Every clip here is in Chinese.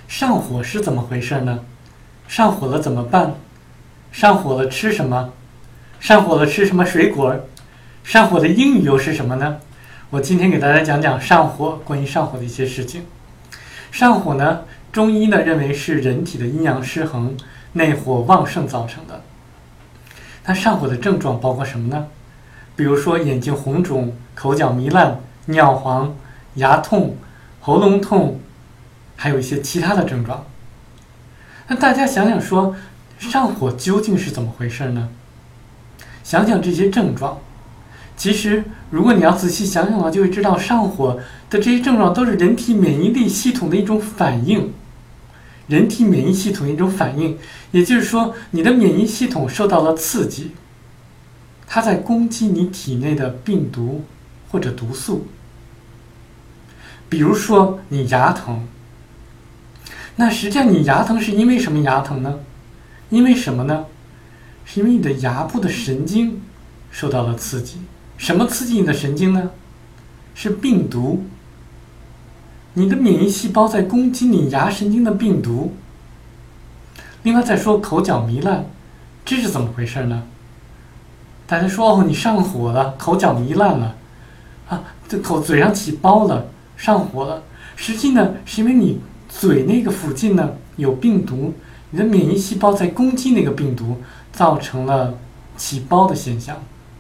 上火是怎么回事呢？上火了怎么办？上火了吃什么？上火了吃什么水果？上火的英语又是什么呢？我今天给大家讲讲上火，关于上火的一些事情。上火呢，中医呢认为是人体的阴阳失衡、内火旺盛造成的。那上火的症状包括什么呢？比如说眼睛红肿、口角糜烂、尿黄、牙痛、喉咙痛，还有一些其他的症状。那大家想想说，上火究竟是怎么回事呢？想想这些症状，其实如果你要仔细想想的话，就会知道上火的这些症状都是人体免疫力系统的一种反应。人体免疫系统的一种反应，也就是说，你的免疫系统受到了刺激，它在攻击你体内的病毒或者毒素。比如说你牙疼，那实际上你牙疼是因为什么牙疼呢？因为什么呢？是因为你的牙部的神经受到了刺激。什么刺激你的神经呢？是病毒。你的免疫细胞在攻击你牙神经的病毒。另外再说口角糜烂，这是怎么回事呢？大家说你上火了，口角糜烂了，这嘴上起包了，上火了。实际呢，是因为你嘴那个附近呢有病毒，你的免疫细胞在攻击那个病毒，造成了起包的现象。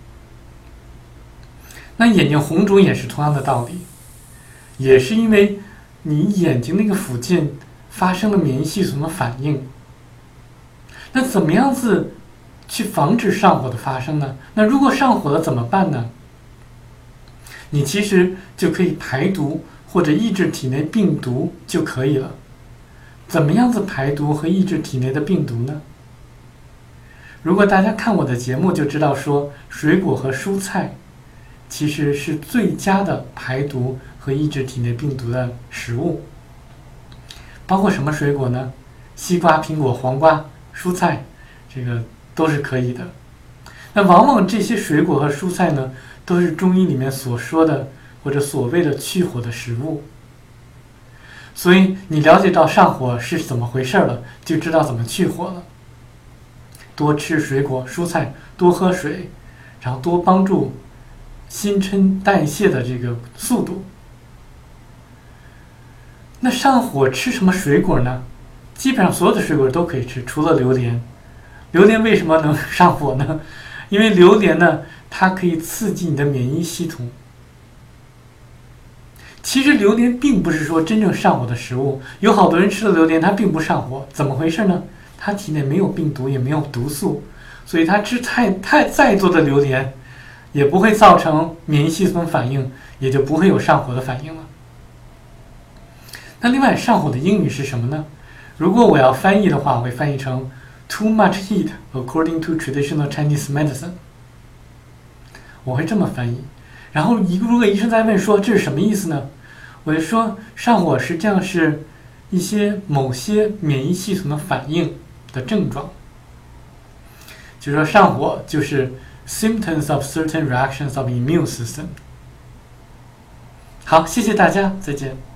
那眼睛红肿也是同样的道理，也是因为你眼睛那个附近发生了免疫系统的反应。那怎么样子去防止上火的发生呢？那如果上火了怎么办呢？你其实就可以排毒或者抑制体内病毒就可以了。怎么样子排毒和抑制体内的病毒呢？如果大家看我的节目就知道说，水果和蔬菜其实是最佳的排毒和抑制体内病毒的食物。包括什么水果呢？西瓜、苹果、黄瓜、蔬菜，这个都是可以的。那往往这些水果和蔬菜呢，都是中医里面所说的或者所谓的去火的食物。所以你了解到上火是怎么回事了，就知道怎么去火了。多吃水果、蔬菜，多喝水，然后多帮助新陈代谢的这个速度。那上火吃什么水果呢？基本上所有的水果都可以吃，除了榴莲。榴莲为什么能上火呢？因为榴莲呢，它可以刺激你的免疫系统。其实榴莲并不是说真正上火的食物，有好多人吃了榴莲，它并不上火，怎么回事呢？它体内没有病毒，也没有毒素，所以它吃再多的榴莲，也不会造成免疫系统反应，也就不会有上火的反应了。那另外上火的英语是什么呢？如果我要翻译的话，我会翻译成 too much heat according to traditional Chinese medicine。 我会这么翻译。然后如果医生在问说这是什么意思呢？我就说上火实际上是一些某些免疫系统的反应的症状。就是说上火就是 symptoms of certain reactions of immune system。 好，谢谢大家，再见。